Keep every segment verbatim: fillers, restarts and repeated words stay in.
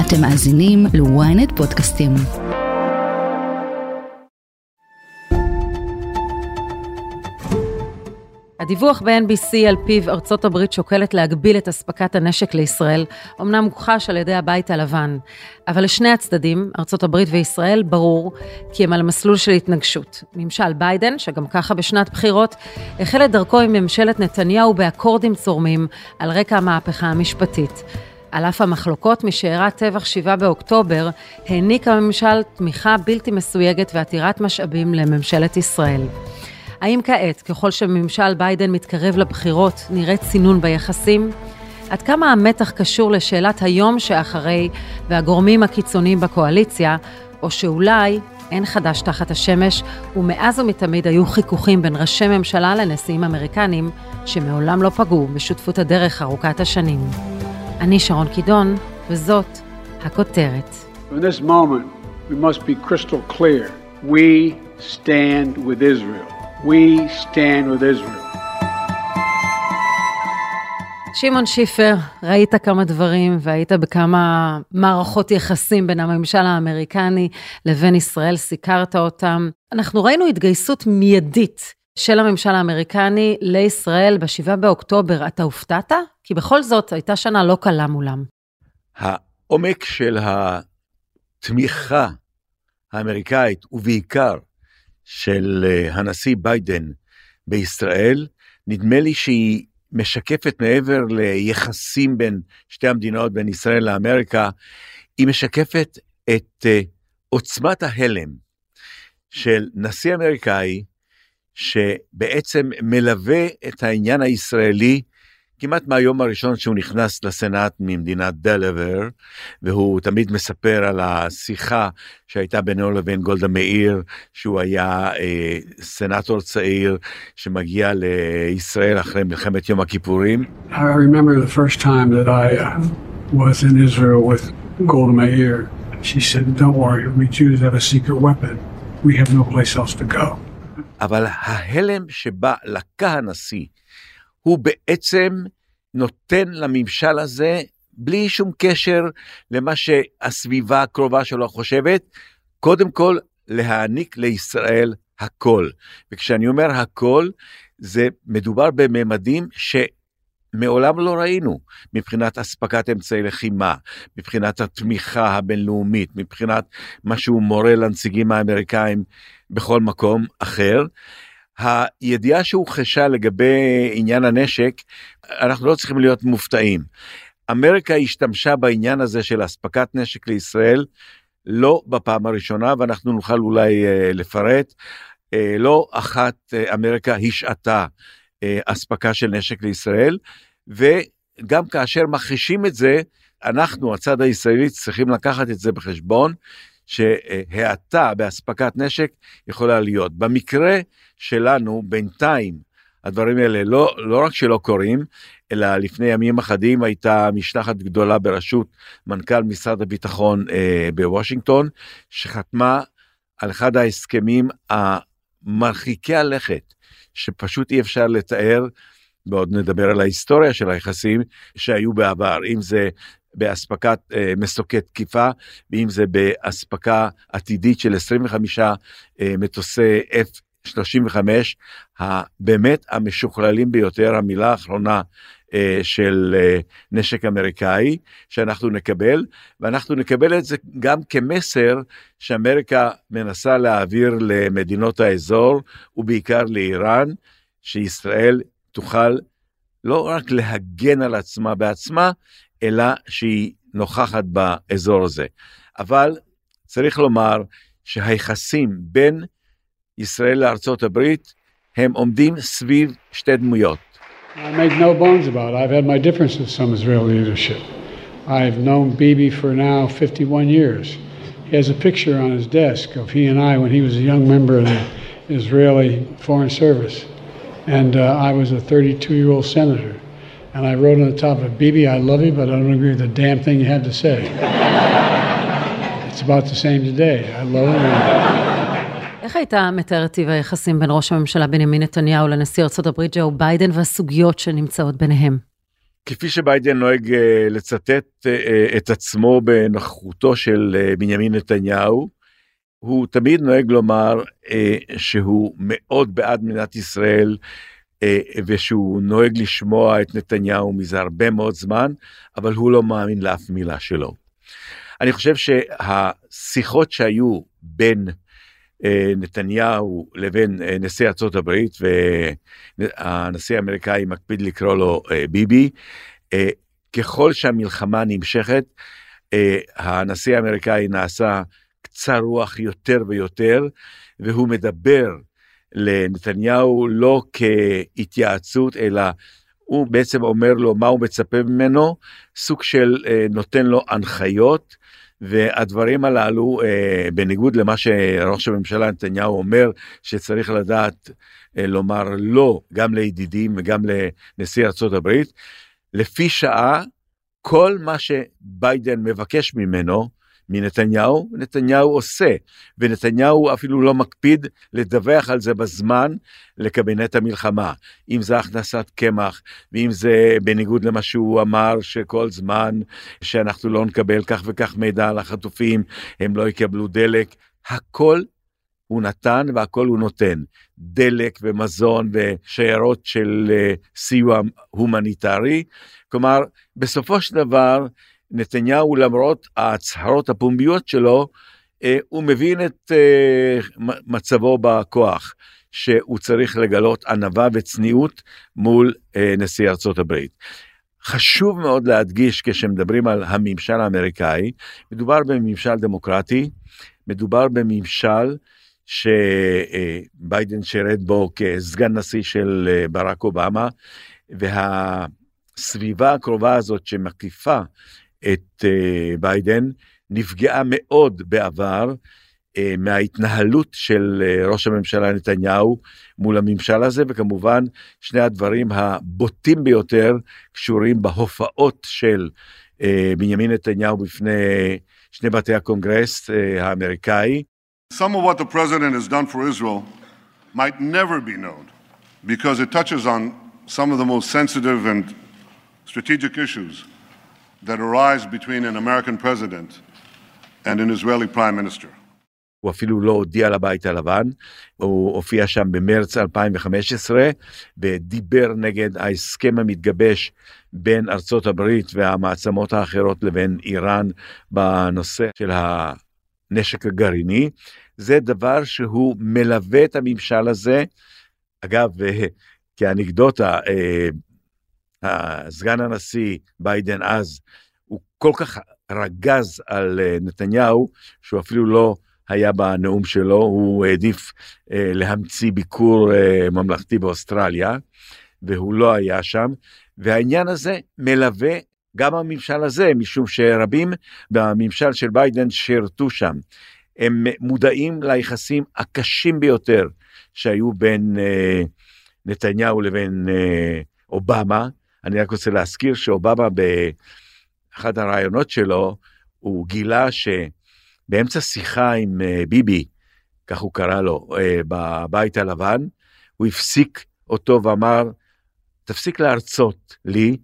אתם מאזינים ל-ynet פודקאסטים. הדיווח ב-אן בי סי על פיו ארצות הברית שוקלת להגביל את אספקת הנשק לישראל, אמנם מוכחש על ידי הבית הלבן, אבל לשני הצדדים, ארצות הברית וישראל, ברור כי הם על מסלול של התנגשות. ממשל ביידן, שגם ככה בשנת בחירות, החל את דרכו עם ממשלת נתניהו באקורדים צורמים על רקע המהפכה המשפטית. על אף המחלוקות משאירת טבח שבעה באוקטובר, העניק הממשל תמיכה בלתי מסויגת ועתירת משאבים לממשלת ישראל. האם כעת, ככל שממשל ביידן מתקרב לבחירות, נראה צינון ביחסים? עד כמה המתח קשור לשאלת היום שאחרי והגורמים הקיצוניים בקואליציה, או שאולי אין חדש תחת השמש, ומאז ומתמיד היו חיכוכים בין ראשי ממשלה לנשיאים אמריקנים, שמעולם לא פגעו בשותפות הדרך ארוכת השנים. אני שרון קידון, וזאת הכותרת. In this moment, we must be crystal clear. We stand with Israel. We stand with Israel. שמעון שיפר, ראית כמה דברים והיית בכמה מערכות יחסים בין הממשל האמריקני לבין ישראל, סיקרת אותם. אנחנו ראינו התגייסות מיידית של הממשל האמריקני לישראל בשבעה באוקטובר. אתה הופתעת? כי בכל זאת הייתה שנה לא קלה מולם. העומק של התמיכה האמריקאית ובעיקר של הנשיא ביידן בישראל, נדמה לי שהיא משקפת מעבר ליחסים בין שתי המדינות, בין ישראל לאמריקה, היא משקפת את עוצמת ההלם של נשיא אמריקאי, שבעצם מלווה את העניין הישראלי, כמעט מהיום הראשון שהוא נכנס לסנאט ממדינת דלוור, והוא תמיד מספר על השיחה שהייתה בינו לבין גולדה מאיר, שהוא היה אה, סנאטור צעיר שמגיע לישראל אחרי מלחמת יום הכיפורים. I remember the first time that I uh, was in Israel with Golda Meir. She said, don't worry, we Jews have a secret weapon. We have no place else to go. אבל ההלם שבא לקה הנשיא, הוא בעצם נותן לממשל הזה, בלי שום קשר למה שהסביבה הקרובה שלו חושבת, קודם כל להעניק לישראל הכל. וכשאני אומר הכל, זה מדובר בממדים שמעולם לא ראינו, מבחינת אספקת אמצעי לחימה, מבחינת התמיכה הבינלאומית, מבחינת מה שהוא מורה לנציגים האמריקאים בכל מקום אחר. הידיעה שהוכחשה לגבי עניין הנשק, אנחנו לא צריכים להיות מופתעים. אמריקה השתמשה בעניין הזה של אספקת נשק לישראל, לא בפעם הראשונה, ואנחנו נוכל אולי לפרט, לא אחת אמריקה השעתה אספקה של נשק לישראל, וגם כאשר מכחישים את זה, אנחנו, הצד הישראלי, צריכים לקחת את זה בחשבון, שהאטה באספקת נשק יכולה להיות. במקרה שלנו, בינתיים, הדברים האלה לא, לא רק שלא קורים, אלא לפני ימים אחדים הייתה משלחת גדולה בראשות מנכ"ל משרד הביטחון אה, בוושינגטון, שחתמה על אחד ההסכמים המרחיקי הלכת, שפשוט אי אפשר לתאר, ועוד נדבר על ההיסטוריה של היחסים שהיו בעבר, אם זה באספקת אה, מסוקי תקיפה, ואם זה באספקה עתידית של עשרים וחמישה אה, מטוסי אף שלושים וחמש, באמת המשוכללים ביותר, המילה האחרונה אה, של אה, נשק אמריקאי, שאנחנו נקבל, ואנחנו נקבל את זה גם כמסר, שאמריקה מנסה להעביר למדינות האזור, ובעיקר לאיראן, שישראל תוכל לא רק להגן על עצמה בעצמה, אלא שהיא נוכחת באזור הזה. אבל צריך לומר שהיחסים בין ישראל לארצות הברית הם עומדים סביב שתי דמויות. I make no bones about it. I've had my differences with some Israeli leadership. I've known Bibi for now fifty-one years. He has a picture on his desk of he and I when he was a young member of the Israeli Foreign Service. And uh, I was a thirty-two-year-old senator. And I wrote on the top of it, Bibi, I love you, but I don't agree with the damn thing you had to say. It's about the same today. I love him. איך הייתה מתארת טיב היחסים בין ראש הממשלה בנימין נתניהו לנשיא ארצות הברית ג'ו ביידן והסוגיות שנמצאות ביניהם? כפי שביידן נוהג לצטט את עצמו בנוכחותו של בנימין נתניהו, הוא תמיד נוהג לומר שהוא מאוד בעד מדינת ישראל, ושהוא נוהג לשמוע את נתניהו מזה הרבה מאוד זמן, אבל הוא לא מאמין לאף מילה שלו. אני חושב שהשיחות שהיו בין נתניהו לבין נשיא ארצות הברית, והנשיא האמריקאי מקפיד לקרוא לו ביבי, ככל שהמלחמה נמשכת, הנשיא האמריקאי נעשה קצר רוח יותר ויותר, והוא מדבר לנתניהו לא כהתייעצות, אלא הוא בעצם אומר לו מה הוא מצפה ממנו, סוג של נותן לו הנחיות, והדברים הללו, בניגוד למה שראש הממשלה נתניהו אומר, שצריך לדעת לומר לא, גם לידידים וגם לנשיא ארצות הברית, לפי שעה, כל מה שביידן מבקש ממנו, מנתניהו, נתניהו עושה, ונתניהו אפילו לא מקפיד לדווח על זה בזמן לקבינט המלחמה, אם זה הכנסת קמח, ואם זה בניגוד למה שהוא אמר, שכל זמן שאנחנו לא נקבל כך וכך מידע על החטופים, הם לא יקבלו דלק, הכל הוא נתן והכל הוא נותן, דלק ומזון ושיירות של סיוע הומניטרי, כלומר, בסופו של דבר, נתניהו למרות ההצהרות הפומביות שלו, הוא מבין את מצבו בכוח, שהוא צריך לגלות ענווה וצניעות מול נשיא ארצות הברית. חשוב מאוד להדגיש כשמדברים על הממשל האמריקאי, מדובר בממשל דמוקרטי, מדובר בממשל שביידן שירת בו כסגן נשיא של ברק אובמה, והסביבה הקרובה הזאת שמקיפה את ביידן, נפגעה מאוד בעבר מההתנהלות של ראש הממשלה נתניהו מול הממשל הזה, וכמובן שני הדברים הבוטים ביותר קשורים בהופעות של בנימין נתניהו בפני שני בתי הקונגרס האמריקאי. Some of what the president has done for Israel might never be known because it touches on some of the most sensitive and strategic issues that arise between an American president and an Israeli prime minister. הוא אפילו לא הודיע לבית הלבן, הוא הופיע שם במרץ אלפיים וחמש עשרה, ודיבר נגד ההסכם המתגבש בין ארצות הברית והמעצמות האחרות לבין איראן, בנושא של הנשק הגרעיני. זה דבר שהוא מלווה את הממשל הזה, אגב, כאנקדוטה, סגן הנשיא ביידן אז, הוא כל כך רגז על נתניהו, שהוא אפילו לא היה בנאום שלו, הוא העדיף להמציא ביקור ממלכתי באוסטרליה, והוא לא היה שם, והעניין הזה מלווה גם הממשל הזה, משום שרבים בממשל של ביידן שירתו שם, הם מודעים ליחסים הקשים ביותר, שהיו בין נתניהו לבין אובמה. אני רק רוצה להזכיר שאובמה באחד הרעיונות שלו, הוא גילה שבאמצע שיחה עם ביבי, כך הוא קרא לו, בבית הלבן, הוא הפסיק אותו ואמר, תפסיק להרצות לי,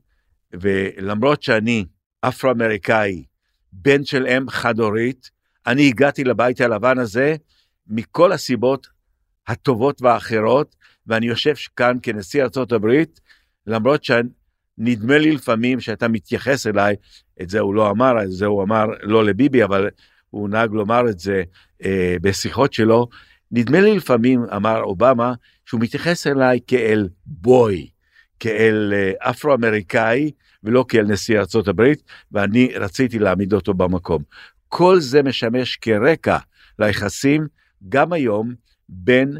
ולמרות שאני אפרו-אמריקאי, בן של אם חד-הורית, אני הגעתי לבית הלבן הזה, מכל הסיבות הטובות והאחרות, ואני יושב כאן כנשיא ארצות הברית, למרות שנדמה לי לפעמים שאתה מתייחס אליי, את זה הוא לא אמר, את זה הוא אמר לא לביבי, אבל הוא נהג לומר את זה אה, בשיחות שלו, נדמה לי לפעמים, אמר אובמה, שהוא מתייחס אליי כאל בוי, כאל אה, אפרו-אמריקאי, ולא כאל נשיא ארצות הברית, ואני רציתי להעמיד אותו במקום. כל זה משמש כרקע ליחסים, גם היום, בין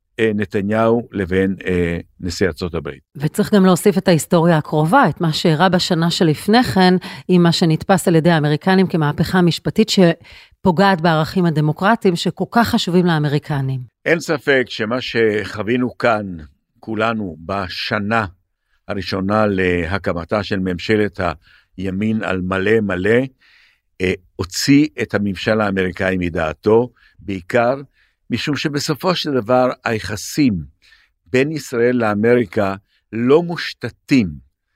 נתניהו לבין אה, נשיא ארצות הברית. וצריך גם להוסיף את ההיסטוריה הקרובה, את מה שאירע בשנה שלפני כן, עם מה שנתפס על ידי האמריקנים כמהפכה המשפטית שפוגעת בערכים הדמוקרטיים שכל כך חשובים לאמריקנים. אין ספק שמה שחווינו כאן, כולנו, בשנה הראשונה להקמתה של ממשלת הימין על מלא מלא, אה, הוציא את הממשל האמריקאי מדעתו, בעיקר משום שבסופו של דבר היחסים בין ישראל לאמריקה לא מושתתים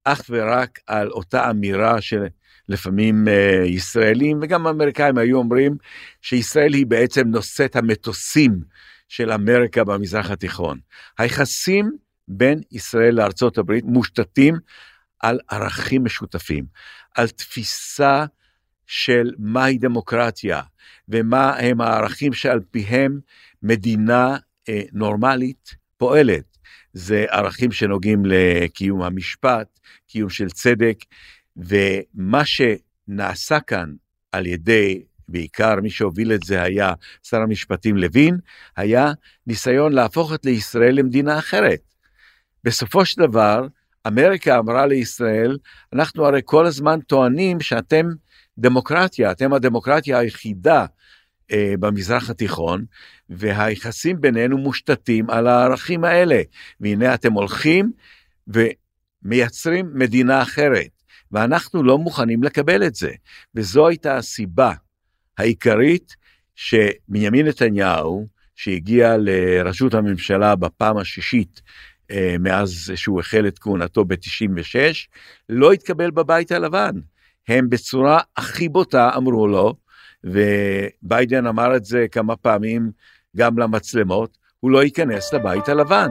אך ורק על אותה אמירה שלפעמים uh, ישראלים וגם אמריקאים היו אומרים שישראל היא בעצם נושאת המטוסים של אמריקה במזרח התיכון. היחסים בין ישראל לארצות הברית מושתתים על ערכים משותפים, על תפיסה של מהי דמוקרטיה, ומה הם הערכים שעל פיהם מדינה אה, נורמלית פועלת. זה ערכים שנוגעים לקיום המשפט, קיום של צדק, ומה שנעשה כאן על ידי, בעיקר מי שהוביל את זה היה שר המשפטים לוין, היה ניסיון להפוך את לישראל למדינה אחרת. בסופו של דבר, אמריקה אמרה לישראל, אנחנו הרי כל הזמן טוענים שאתם דמוקרטיה, אתם הדמוקרטיה היחידה אה, במזרח התיכון, והיחסים בינינו מושתתים על הערכים האלה, והנה אתם הולכים ומייצרים מדינה אחרת, ואנחנו לא מוכנים לקבל את זה, וזו הייתה הסיבה העיקרית שבנימין נתניהו, שהגיע לראשות הממשלה בפעם השישית, מאז שהוא החל את כהונתו ב-תשעים ושש, לא התקבל בבית הלבן. הם בצורה הכי בוטה אמרו לו, וביידן אמר את זה כמה פעמים גם למצלמות, הוא לא ייכנס לבית הלבן.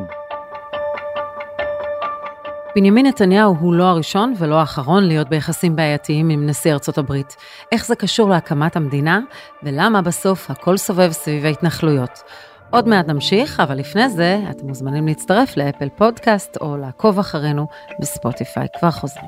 בנימין נתניהו הוא לא הראשון ולא האחרון להיות ביחסים בעייתיים עם נשיא ארצות הברית. איך זה קשור להקמת המדינה, ולמה בסוף הכל סובב סביב ההתנחלויות. עוד מעט נמשיך, אבל לפני זה אתם מוזמנים להצטרף לאפל פודקאסט או לעקוב אחרינו בספוטיפיי. כבר חוזרים.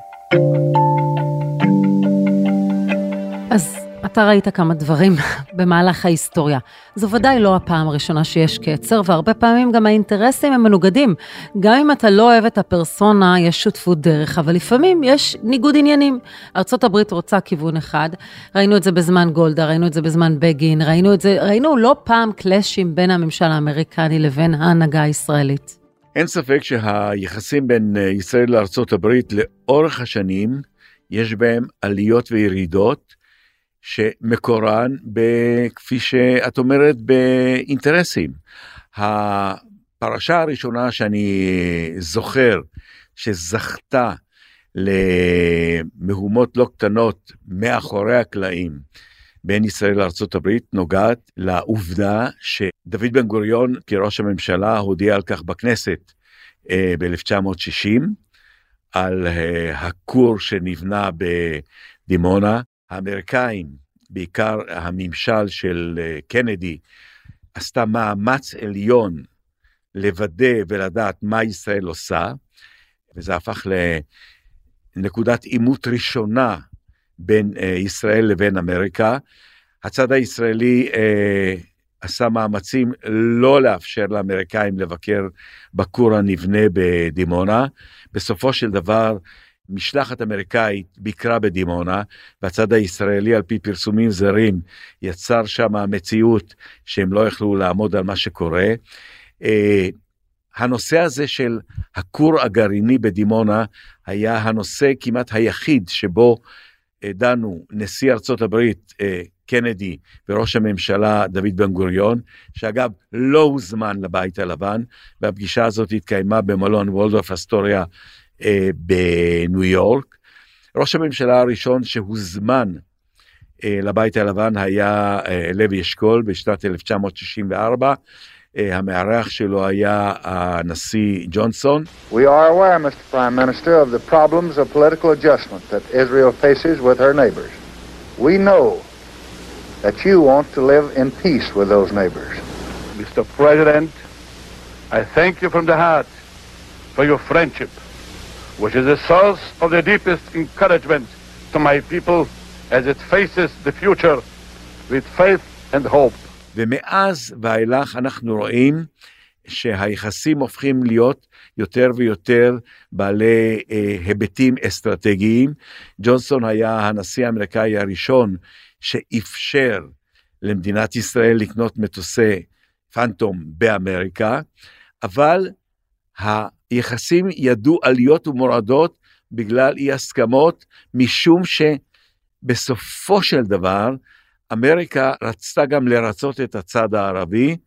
אז אתה ראית כמה דברים במהלך ההיסטוריה. זו ודאי לא הפעם הראשונה שיש קצר, והרבה פעמים גם האינטרסים הם מנוגדים. גם אם אתה לא אוהב את הפרסונה, יש שותפות דרך, אבל לפעמים יש ניגוד עניינים. ארצות הברית רוצה כיוון אחד, ראינו את זה בזמן גולדה, ראינו את זה בזמן בגין, ראינו את זה, ראינו לא פעם קלאשים בין הממשל האמריקני לבין ההנהגה הישראלית. אין ספק שהיחסים בין ישראל לארצות הברית לאורך השנים, יש בהם עליות וירידות, שמקורן, כפי שאת אומרת, באינטרסים. הפרשה הראשונה שאני זוכר, שזכתה למהומות לא קטנות מאחורי הקלעים, בין ישראל לארצות הברית, נוגעת לעובדה שדוד בן גוריון, כראש הממשלה, הודיע על כך בכנסת ב-אלף תשע מאות שישים, על הכור שנבנה בדימונה. האמריקאים, בעיקר הממשל של קנדי, עשתה מאמץ עליון לוודא ולדעת מה ישראל עושה, וזה הפך לנקודת עימות ראשונה בין ישראל לבין אמריקה. הצד הישראלי אה, עשה מאמצים לא לאפשר לאמריקאים לבקר בכור הנבנה בדימונה. בסופו של דבר, משלחת אמריקאית ביקרה בדימונה, והצד הישראלי על פי פרסומים זרים יצר שם מציאות שהם לא יכלו לעמוד על מה שקורה. הנושא הזה של הכור הגרעיני בדימונה היה הנושא כמעט היחיד שבו דנו נשיא ארצות הברית קנדי וראש הממשלה דוד בן גוריון, שאגב לא הוזמן לבית הלבן, והפגישה הזאת התקיימה במלון וולדורף אסטוריה בניו יורק. ראש הממשלה הראשון שהוזמן לבית הלבן היה לוי אשכול בשנת אלף תשע מאות שישים וארבע, המארח שלו היה הנשיא ג'ונסון. We are aware, Mister Prime Minister, of the problems of political adjustment that Israel faces with her neighbors. We know that you want to live in peace with those neighbors. Mister President, I thank you from the heart for your friendship, which is the source of the deepest encouragement to my people as it faces the future with faith and hope. ומאז ואילך אנחנו רואים שהיחסים הופכים להיות יותר ויותר בעלי אה, היבטים אסטרטגיים. ג'ונסון היה הנשיא האמריקאי הראשון שאפשר למדינת ישראל לקנות מטוסי פנטום באמריקה, אבל היחסים ידעו עליות ומורדות בגלל אי הסכמות, משום שבסופו של דבר אמריקה רצתה גם לרצות את הצד הערבי,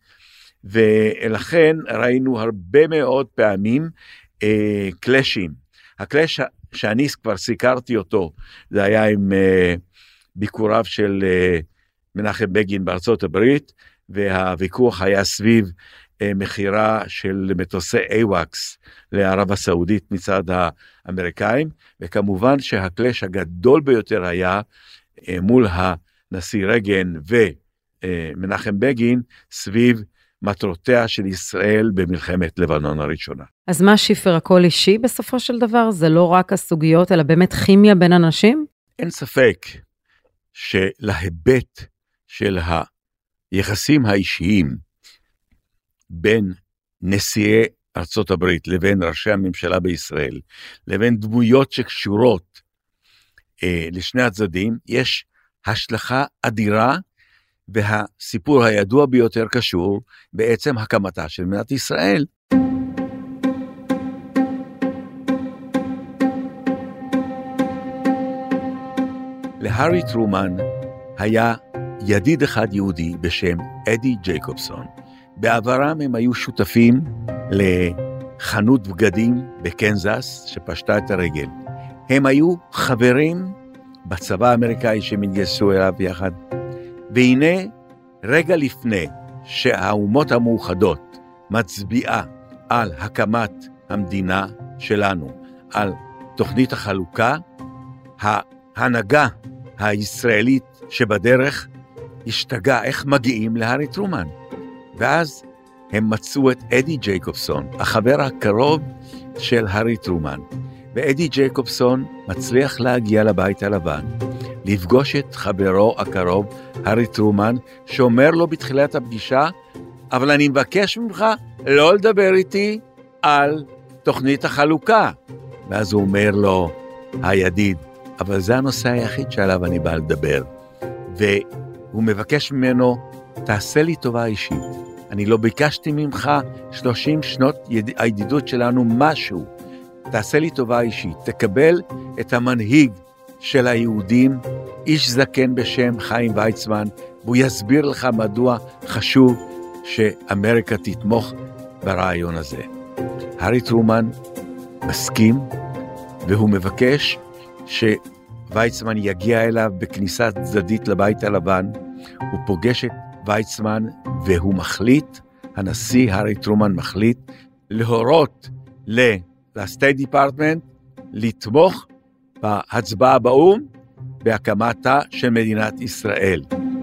ולכן ראינו הרבה מאוד פעמים אה, קלאשים. הקלאש שאני כבר סיקרתי אותו, זה היה עם uh, ביקוריו של uh, מנחם בגין בארצות הברית, והוויכוח היה סביב uh, מחירה של מטוסי איוואקס לערב הסעודית מצד האמריקאים, וכמובן שהקלש הגדול ביותר היה uh, מול הנשיא רייגן ומנחם בגין, סביב מטרותיה של ישראל במלחמת לבנון הראשונה. אז מה שיפר, הכל אישי בסופו של דבר? זה לא רק הסוגיות, אלא באמת כימיה בין אנשים? אין ספק שלהיבט של היחסים האישיים בין נשיאי ארצות הברית לבין ראשי הממשלה בישראל, לבין דמויות שקשורות אה, לשני הצדדים, יש השלכה אדירה, והסיפור הידוע ביותר קשור בעצם הקמתה של מדינת ישראל. להרי טרומן היה ידיד אחד יהודי בשם אדי ג'ייקובסון. בעברם הם היו שותפים לחנות בגדים בקנזס שפשטה את הרגל. הם היו חברים בצבא האמריקאי שמתגייסו אליו יחד. והנה רגע לפני שהאומות המאוחדות מצביעה על הקמת המדינה שלנו, על תוכנית החלוקה, ההנהגה הישראלית שבדרך השתגעה איך מגיעים להרי טרומן. ואז הם מצאו את אדי ג'ייקובסון, החבר הקרוב של הרי טרומן. ואדי ג'ייקובסון מצליח להגיע לבית הלבן, לפגוש את חברו הקרוב, הרי טרומן, שאומר לו בתחילת הפגישה, אבל אני מבקש ממך לא לדבר איתי על תוכנית החלוקה. ואז הוא אומר לו, הידיד, אבל זה הנושא היחיד שעליו אני בא לדבר. והוא מבקש ממנו, תעשה לי טובה אישית. אני לא ביקשתי ממך שלושים שנות יד... הידידות שלנו משהו. תעשה לי טובה אישית, תקבל את המנהיג של היהודים, איש זקן בשם חיים ויצמן, והוא יסביר לך מדוע חשוב שאמריקה תתמוך ברעיון הזה. הרי טרומן מסכים, והוא מבקש שוויצמן יגיע אליו בכניסה צדדית לבית הלבן. הוא פוגש את ויצמן, והוא מחליט, הנשיא הרי טרומן מחליט, להורות לסטייט דיפרטמנט לתמוך בהצבעה באום בהקמתה של מדינת ישראל.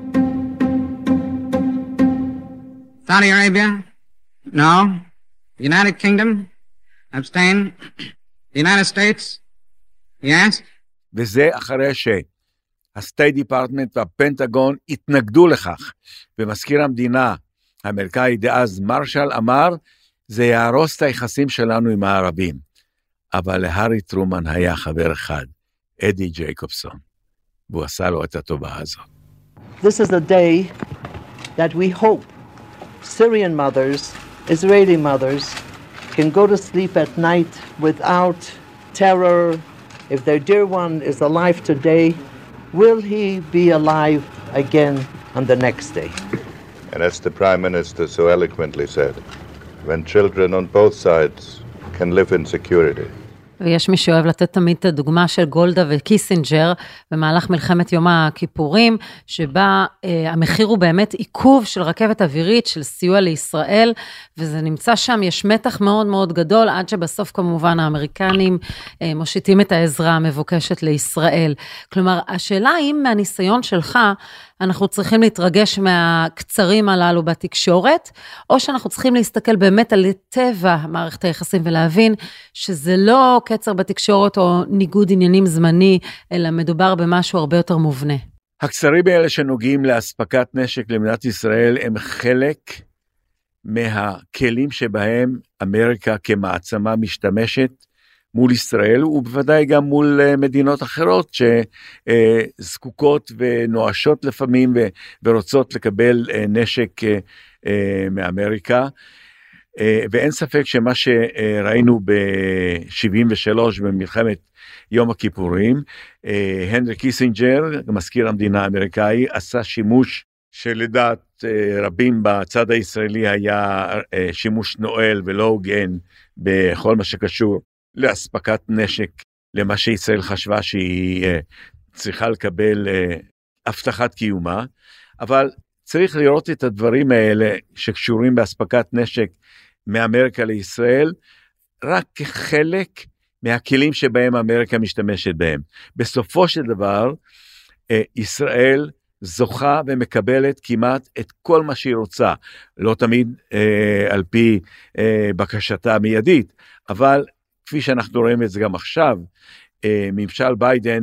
Saudi Arabia? No. The United Kingdom? Abstain. The United States? Yes. וזה אחרי שהסטייט דיפרטמנט והפנטגון התנגדו לכך, ומזכיר המדינה האמריקאי דאז מרשל אמר, זה יהרוס את היחסים שלנו עם הערבים. אבל להרי טרומן היה חבר אחד, אדי ג'ייקובסון, והוא עשה לו את הטובה הזאת. This is a day that we hope Syrian mothers, Israeli mothers, can go to sleep at night without terror. If their dear one is alive today, will he be alive again on the next day? And as the Prime Minister so eloquently said, when children on both sides can live in security. ויש מי שאוהב לתת תמיד את הדוגמה של גולדה וקיסינג'ר, במהלך מלחמת יום הכיפורים, שבה אה, המחיר הוא באמת עיכוב של רכבת אווירית, של סיוע לישראל, וזה נמצא שם, יש מתח מאוד מאוד גדול, עד שבסוף כמובן האמריקנים אה, מושיטים את העזרה המבוקשת לישראל. כלומר, השאלה אם מהניסיון שלך, אנחנו צריכים להתרגש מהקצרים הללו בתקשורת, או שאנחנו צריכים להסתכל באמת על טבע מערכת היחסים, ולהבין שזה לא קצר בתקשורת או ניגוד עניינים זמני, אלא מדובר במשהו הרבה יותר מובנה. הקצרים האלה שנוגעים להספקת נשק למדינת ישראל, הם חלק מהכלים שבהם אמריקה כמעצמה משתמשת, מול ישראל, ובוודאי גם מול מדינות אחרות שזקוקות ונואשות לפעמים ורוצות לקבל נשק מאמריקה. ואין ספק שמה שראינו ב-שבעים ושלוש במלחמת יום הכיפורים, הנרי קיסינג'ר, מזכיר המדינה האמריקאי, עשה שימוש שלדעת רבים בצד הישראלי היה שימוש נואל ולא הוגן בכל מה שקשור להספקת נשק למה שישראל חשבה שהיא צריכה לקבל הבטחת קיומה, אבל צריך לראות את הדברים האלה שקשורים באספקת נשק מאמריקה לישראל, רק כחלק מהכלים שבהם אמריקה משתמשת בהם. בסופו של דבר, ישראל זוכה ומקבלת כמעט את כל מה שהיא רוצה, לא תמיד אה, על פי אה, בקשתה המיידית, אבל כפי שאנחנו רואים את זה גם עכשיו, אה, ממשל ביידן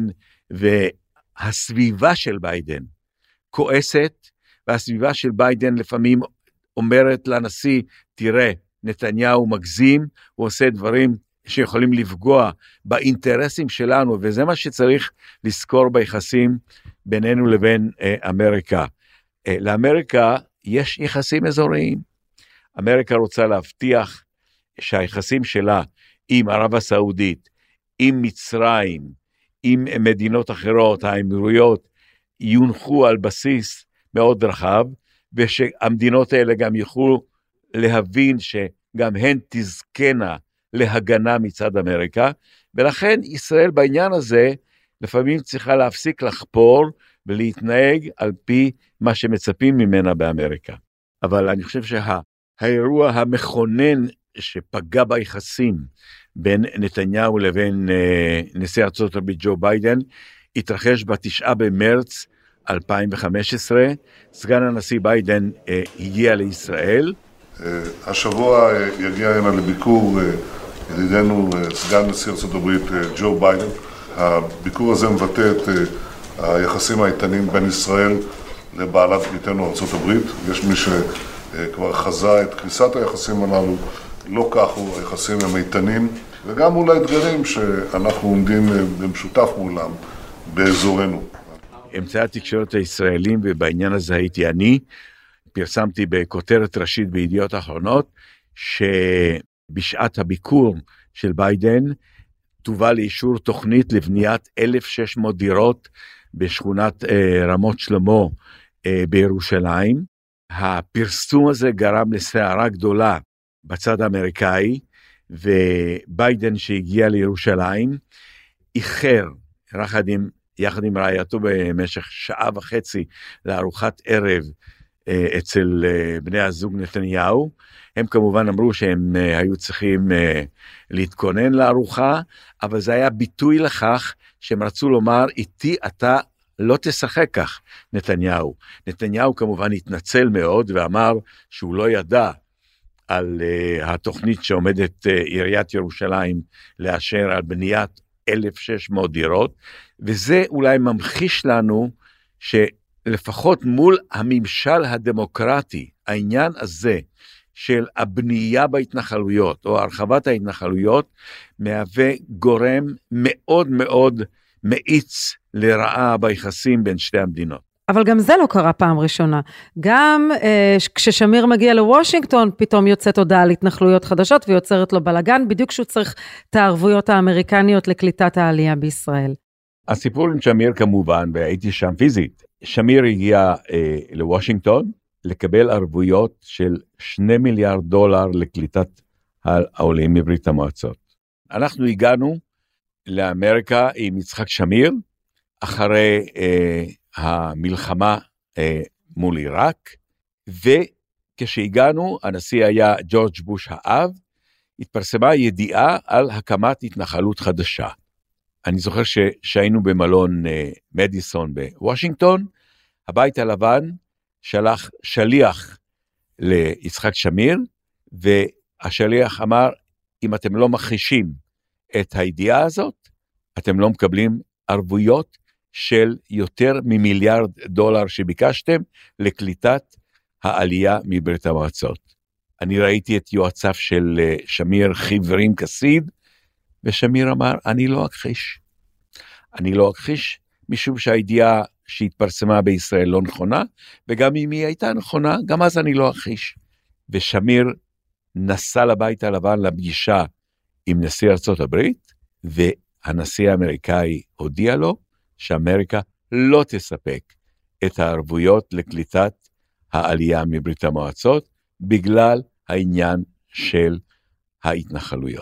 והסביבה של ביידן כועסת, והסביבה של ביידן לפעמים אומרת לנשיא, תראה, נתניהו מגזים, הוא עושה דברים שיכולים לפגוע באינטרסים שלנו, וזה מה שצריך לזכור ביחסים בינינו לבין אה, אמריקה. אה, לאמריקה יש יחסים אזוריים. אמריקה רוצה להבטיח שהיחסים שלה עם ערב הסעודית, עם מצרים, עם מדינות אחרות, האמירויות, יונחו על בסיס מאוד רחב, ושהמדינות האלה גם יוכלו להבין שגם הן תזכנה להגנה מצד אמריקה, ולכן ישראל בעניין הזה לפעמים צריכה להפסיק לחפור ולהתנהג על פי מה שמצפים ממנה באמריקה. אבל אני חושב שהאירוע המכונן שפגע ביחסים בין נתניהו לבין אה, נשיא ארצות הברית ג'ו ביידן, התרחש בתשעה במרץ אלפיים וחמש עשרה, סגן הנשיא ביידן אה, הגיע לישראל. אה, השבוע אה, יגיע הנה לביקור אה, ידידנו אה, סגן נשיא ארצות הברית אה, ג'ו ביידן. הביקור הזה מבטא את אה, היחסים האיתנים בין ישראל לבעלת בריתנו ארצות הברית. יש מי שכבר חזה את קריסת היחסים הללו, לא כך הוא, היחסים הם איתנים, וגם מול האתגרים שאנחנו עומדים במשותף מולם באזורנו. אמצעי התקשורת הישראלים, ובעניין הזה הייתי אני, פרסמתי בכותרת ראשית בידיעות האחרונות, שבשעת הביקור של ביידן, תובא לאישור תוכנית לבניית אלף ושש מאות דירות בשכונת אה, רמות שלמה אה, בירושלים. הפרסום הזה גרם לסערה גדולה בצד האמריקאי, וביידן שהגיע לירושלים, איחר יחד עם, יחד עם רעייתו במשך שעה וחצי לארוחת ערב אה, אצל אה, בני הזוג נתניהו. הם כמובן אמרו שהם אה, היו צריכים אה, להתכונן לארוחה, אבל זה היה ביטוי לכך שהם רצו לומר, איתי אתה לא תשחק כך, נתניהו. נתניהו כמובן התנצל מאוד ואמר שהוא לא ידע על uh, התוכנית שעומדת uh, עיריית ירושלים לאשר על בניית אלף ושש מאות דירות, וזה אולי ממחיש לנו שלפחות מול הממשל הדמוקרטי, העניין הזה של הבנייה בהתנחלויות או הרחבת ההתנחלויות, מהווה גורם מאוד מאוד מאיץ לרעה ביחסים בין שתי המדינות. אבל גם זה לא קרה פעם ראשונה. גם אה, כששמיר מגיע לוושינגטון, פתאום יוצאת הודעה על התנחלויות חדשות, ויוצרת לו בלגן, בדיוק שהוא צריך את הערבויות האמריקניות לקליטת העלייה בישראל. הסיפור עם שמיר כמובן, והייתי שם פיזית, שמיר הגיע אה, לוושינגטון, לקבל ערבויות של שני מיליארד דולר לקליטת העולים מברית המועצות. אנחנו הגענו לאמריקה עם יצחק שמיר, אחרי אה, המלחמה אה, מול עיראק, וכשהגענו, הנשיא היה ג'ורג' בוש האב, התפרסמה ידיעה על הקמת התנחלות חדשה. אני זוכר שהיינו במלון אה, מדיסון בוושינגטון, הבית הלבן שלח שליח ליצחק שמיר, והשליח אמר, אם אתם לא מכחישים את הידיעה הזאת, אתם לא מקבלים ערבויות של יותר ממיליארד דולר שביקשתם לקליטת העלייה מברית המועצות. אני ראיתי את יועציו של שמיר חיוורים כסיד, ושמיר אמר, אני לא אכחיש. אני לא אכחיש, משום שהידיעה שהתפרסמה בישראל לא נכונה, וגם אם היא הייתה נכונה, גם אז אני לא אכחיש. ושמיר נסע לבית הלבן לפגישה עם נשיא ארצות הברית, והנשיא האמריקאי הודיע לו, שאמריקה לא תספק את הערבויות לקליטת העלייה מברית המועצות, בגלל העניין של ההתנחלויות.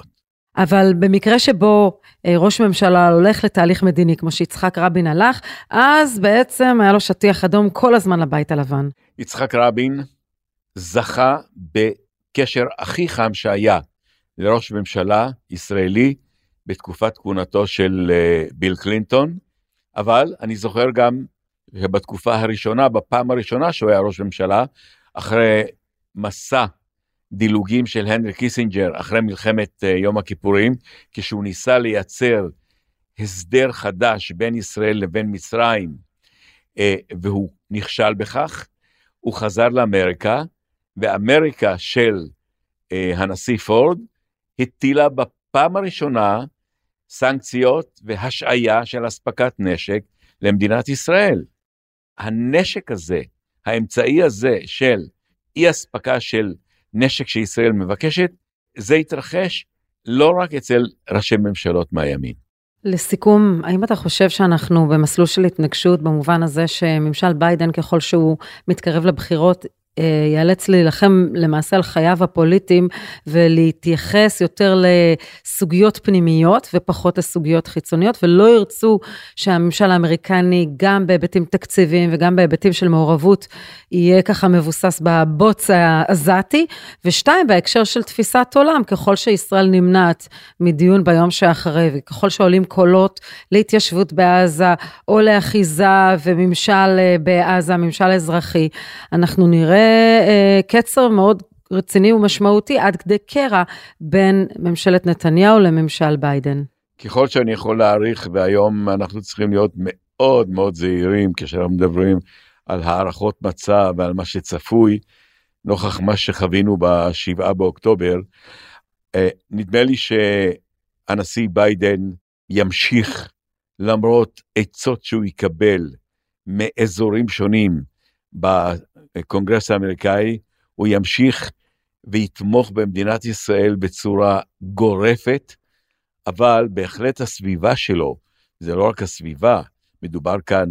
אבל במקרה שבו ראש ממשלה הולך לתהליך מדיני, כמו שיצחק רבין הלך, אז בעצם היה לו שטיח אדום כל הזמן לבית הלבן. יצחק רבין זכה בקשר הכי חם שהיה לראש ממשלה ישראלי בתקופת כהונתו של ביל קלינטון, אבל אני זוכר גם שבתקופה הראשונה, בפעם הראשונה שהוא היה ראש ממשלה, אחרי מסע דילוגים של הנרי קיסינג'ר, אחרי מלחמת יום הכיפורים, כשהוא ניסה לייצר הסדר חדש בין ישראל לבין מצרים, והוא נכשל בכך, הוא חזר לאמריקה, ואמריקה של הנשיא פורד, הטילה בפעם הראשונה סנקציות והשעיה של הספקת נשק למדינת ישראל. הנשק הזה, האמצעי הזה של אי הספקה של נשק שישראל מבקשת, זה יתרחש לא רק אצל ראשי ממשלות מהימין. לסיכום, האם אתה חושב שאנחנו במסלול של התנגשות, במובן הזה שממשל ביידן ככל שהוא מתקרב לבחירות, ייאלץ להילחם למעשה על חייו הפוליטיים, ולהתייחס יותר לסוגיות פנימיות, ופחות לסוגיות חיצוניות, ולא ירצו שהממשל האמריקני, גם בהיבטים תקציביים, וגם בהיבטים של מעורבות, יהיה ככה מבוסס בבוץ העזתי, ושתיים, בהקשר של תפיסת עולם, ככל שישראל נמנעת מדיון ביום שאחרי, וככל שעולים קולות להתיישבות בעזה, או לאחיזה וממשל בעזה, ממשל אזרחי, אנחנו נראה קצר מאוד רציני ומשמעותי עד כדי קרע בין ממשלת נתניהו לממשל ביידן. ככל שאני יכול להעריך, והיום אנחנו צריכים להיות מאוד מאוד זהירים כשאנחנו מדברים על הערכות מצב ועל מה שצפוי, נוכח מה שחווינו בשבעה באוקטובר, נדמה לי שהנשיא ביידן ימשיך למרות עצות שהוא יקבל מאזורים שונים בקונגרס האמריקאי, הוא ימשיך ויתמוך במדינת ישראל בצורה גורפת, אבל בהחלט הסביבה שלו, זה לא רק הסביבה, מדובר כאן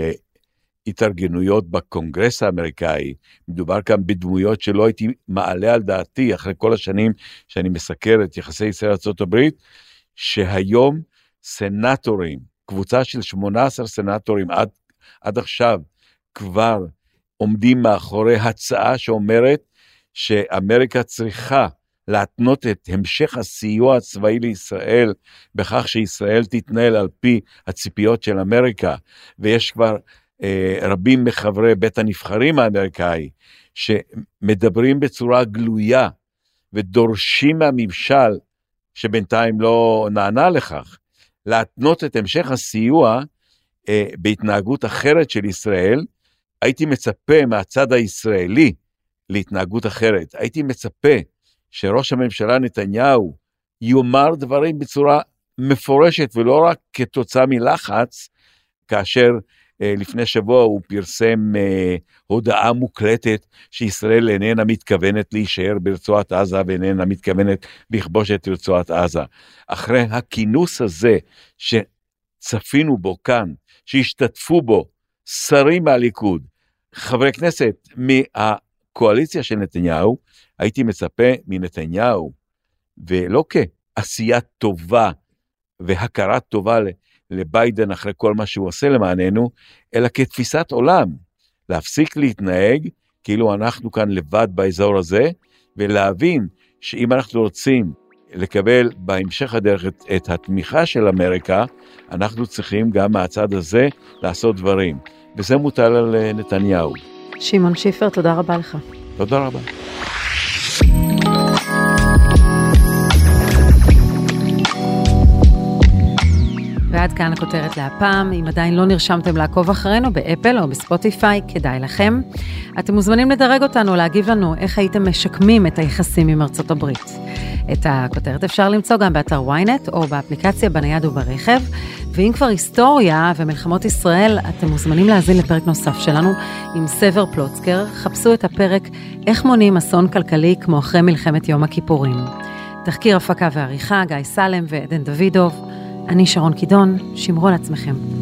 בהתארגנויות בקונגרס האמריקאי, מדובר כאן בדמויות שלא הייתי מעלה על דעתי, אחרי כל השנים שאני מסקר את יחסי ישראל ארצות הברית, שהיום סנטורים, קבוצה של שמונה עשר סנטורים עד, עד עכשיו, כבר עומדים מאחורי הצעה שאומרת שאמריקה צריכה להתנות את המשך הסיוע הצבאי לישראל, בכך שישראל תתנהל על פי הציפיות של אמריקה, ויש כבר אה, רבים מחברי בית הנבחרים האמריקאי, שמדברים בצורה גלויה, ודורשים מהממשל, שבינתיים לא נענה לכך, להתנות את המשך הסיוע אה, בהתנהגות אחרת של ישראל. הייתי מצפה מהצד הישראלי להתנהגות אחרת, הייתי מצפה שראש הממשלה נתניהו יאמר דברים בצורה מפורשת, ולא רק כתוצאה מלחץ, כאשר אה, לפני שבוע הוא פרסם אה, הודעה מוקלטת, שישראל איננה מתכוונת להישאר ברצועת עזה, ואיננה מתכוונת לכבוש את רצועת עזה. אחרי הכינוס הזה, שצפינו בו כאן, שהשתתפו בו שרים מהליכוד, חברי כנסת מהקואליציה של נתניהו, הייתי מצפה מנתניהו, ולא כעשייה טובה והכרה טובה לביידן אחרי כל מה שהוא עושה למעננו, אלא כתפיסת עולם, להפסיק להתנהג כאילו אנחנו כאן לבד באזור הזה, ולהבין שאם אנחנו רוצים לקבל בהמשך הדרך את, את התמיכה של אמריקה, אנחנו צריכים גם מהצד הזה לעשות דברים, וזה מוטל על נתניהו. שמעון שיפר, תודה רבה לך. תודה רבה. ועד כאן הכותרת להפעם. אם עדיין לא נרשמתם לעקוב אחרינו באפל או בספוטיפיי, כדאי לכם. אתם מוזמנים לדרג אותנו, להגיב לנו איך הייתם משקמים את היחסים עם ארצות הברית. את הכותרת אפשר למצוא גם באתר וויינט או באפליקציה בנייד וברכב. ואם כבר היסטוריה ומלחמות ישראל, אתם מוזמנים להזין לפרק נוסף שלנו עם סבר פלוצקר. חפשו את הפרק איך מונעים אסון כלכלי כמו אחרי מלחמת יום הכיפורים. תחקיר הפקה ועריכה, גיא סלם ועדן דוידוב. אני שרון קידון, שמרו על עצמכם.